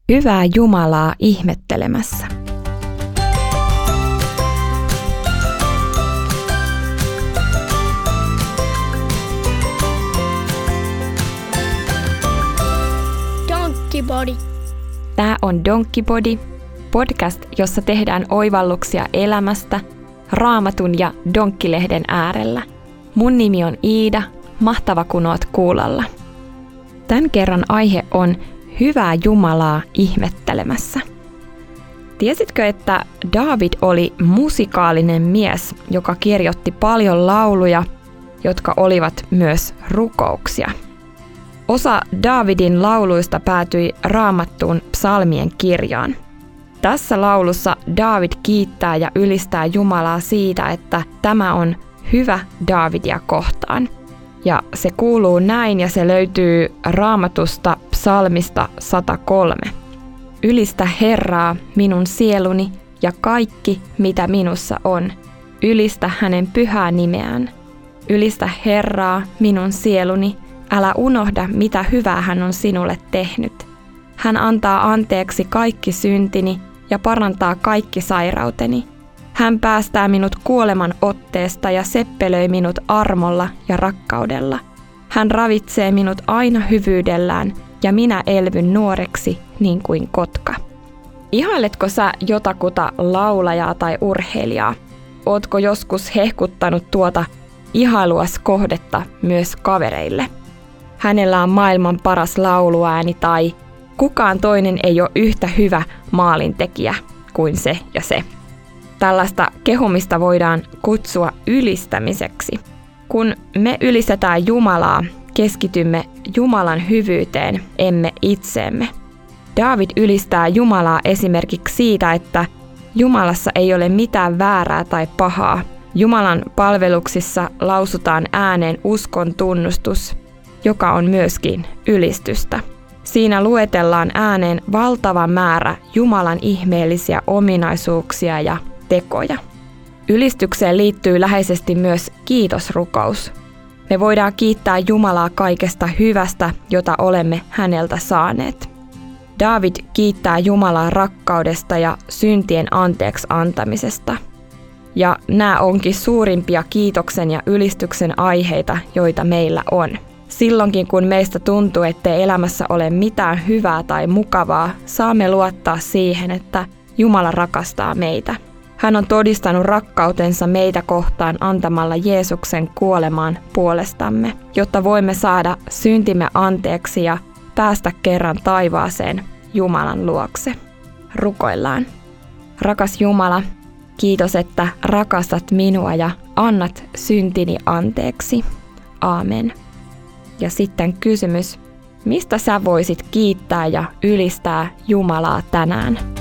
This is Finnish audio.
Hyvää Jumalaa ihmettelemässä. Donkkipodi. Tämä on Donkkipodi, podcast, jossa tehdään oivalluksia elämästä Raamatun ja Donkkilehden äärellä. Mun nimi on Iida, mahtava kun oot kuulolla. Tän kerran aihe on Hyvää Jumalaa ihmettelemässä. Tiesitkö, että Daavid oli musikaalinen mies, joka kirjoitti paljon lauluja, jotka olivat myös rukouksia? Osa Daavidin lauluista päätyi Raamattuun psalmien kirjaan. Tässä laulussa Daavid kiittää ja ylistää Jumalaa siitä, että tämä on hyvä Daavidia kohtaan. Ja se kuuluu näin ja se löytyy Raamatusta psalmista 103. Ylistä Herraa minun sieluni ja kaikki mitä minussa on. Ylistä hänen pyhää nimeään. Ylistä Herraa minun sieluni. Älä unohda, mitä hyvää hän on sinulle tehnyt. Hän antaa anteeksi kaikki syntini ja parantaa kaikki sairauteni. Hän päästää minut kuoleman otteesta ja seppelöi minut armolla ja rakkaudella. Hän ravitsee minut aina hyvyydellään ja minä elvyn nuoreksi niin kuin kotka. Ihailetko sä jotakuta laulajaa tai urheilijaa? Ootko joskus hehkuttanut tuota ihailuas kohdetta myös kavereille? Hänellä on maailman paras lauluääni tai kukaan toinen ei ole yhtä hyvä maalintekijä kuin se ja se. Tällaista kehumista voidaan kutsua ylistämiseksi. Kun me ylistetään Jumalaa, keskitymme Jumalan hyvyyteen, emme itseemme. Daavid ylistää Jumalaa esimerkiksi siitä, että Jumalassa ei ole mitään väärää tai pahaa. Jumalan palveluksissa lausutaan ääneen uskon tunnustus, joka on myöskin ylistystä. Siinä luetellaan ääneen valtava määrä Jumalan ihmeellisiä ominaisuuksia ja tekoja. Ylistykseen liittyy läheisesti myös kiitosrukous. Me voidaan kiittää Jumalaa kaikesta hyvästä, jota olemme häneltä saaneet. Daavid kiittää Jumalaa rakkaudesta ja syntien anteeksi antamisesta. Ja nämä onkin suurimpia kiitoksen ja ylistyksen aiheita, joita meillä on. Silloinkin kun meistä tuntuu, ettei elämässä ole mitään hyvää tai mukavaa, saamme luottaa siihen, että Jumala rakastaa meitä. Hän on todistanut rakkautensa meitä kohtaan antamalla Jeesuksen kuolemaan puolestamme, jotta voimme saada syntimme anteeksi ja päästä kerran taivaaseen Jumalan luokse. Rukoillaan. Rakas Jumala, kiitos, että rakastat minua ja annat syntini anteeksi. Aamen. Ja sitten kysymys, mistä sä voisit kiittää ja ylistää Jumalaa tänään?